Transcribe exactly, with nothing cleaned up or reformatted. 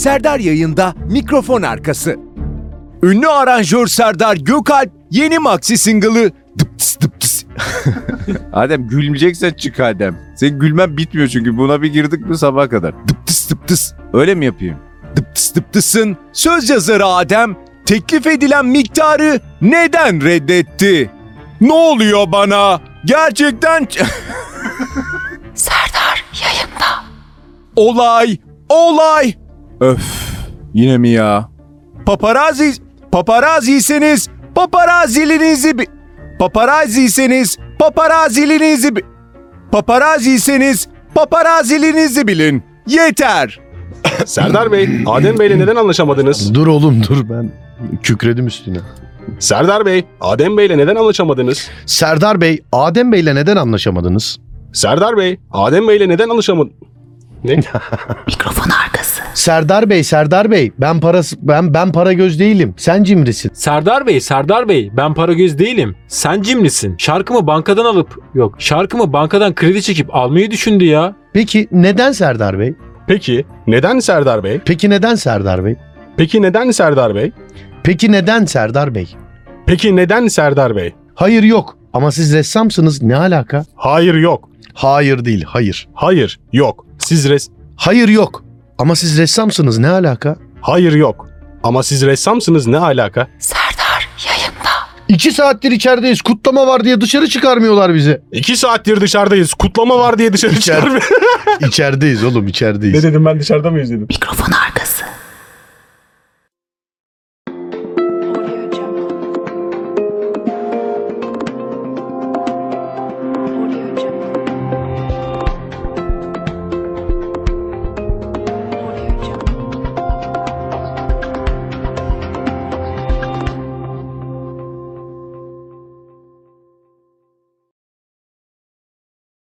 Serdar Yayında mikrofon arkası. Ünlü aranjör Serdar Gökalp yeni maxi single'ı dıptıs dıptıs. Adem gülmeyeceksen çık Adem. Senin gülmen bitmiyor çünkü buna bir girdik mi sabaha kadar. dıptıs dıptıs. Öyle mi yapayım? Dıptıs dıptısın söz yazarı Adem teklif edilen miktarı neden reddetti? Ne oluyor bana? Gerçekten... Serdar Yayında. Olay, olay. Öf, yine mi ya? Paparazzi, paparaziyseniz paparazilinizi bi... Paparaziyseniz paparazilinizi bi... Paparaziyseniz paparazilinizi bilin. Yeter. Serdar Bey, Adem Bey'le neden anlaşamadınız? Dur oğlum dur, ben kükredim üstüne. Serdar Bey, Adem Bey'le neden anlaşamadınız? Serdar Bey, Adem Bey'le neden anlaşamadınız? Serdar Bey, Adem Bey'le neden anlaşamadınız? Ne? Mikrofon arkası. Serdar Bey, Serdar Bey, ben parası ben ben para göz değilim. Sen cimrisin. Serdar Bey, Serdar Bey, ben Paragöz değilim. Sen cimrisin. Şarkımı bankadan alıp, yok, şarkımı bankadan kredi çekip almayı düşündü ya. Peki neden Serdar Bey? Peki, neden Serdar Bey? Peki neden Serdar Bey? Peki neden Serdar Bey? Peki neden Serdar Bey? Peki neden Serdar Bey? Hayır yok. Ama siz ressamsınız, ne alaka? Hayır yok. Hayır değil, hayır. Hayır yok. Siz res... Hayır yok. Ama siz ressamsınız, ne alaka? Hayır yok. Ama siz ressamsınız, ne alaka? Serdar Yayında. İki saattir içerideyiz, kutlama var diye dışarı çıkarmıyorlar bizi. İki saattir dışarıdayız. Kutlama var diye dışarı İçer- çıkarmıyor. İçerideyiz oğlum, içerideyiz. dedim ben, dışarıda mıyız dedim. Mikrofon arkası.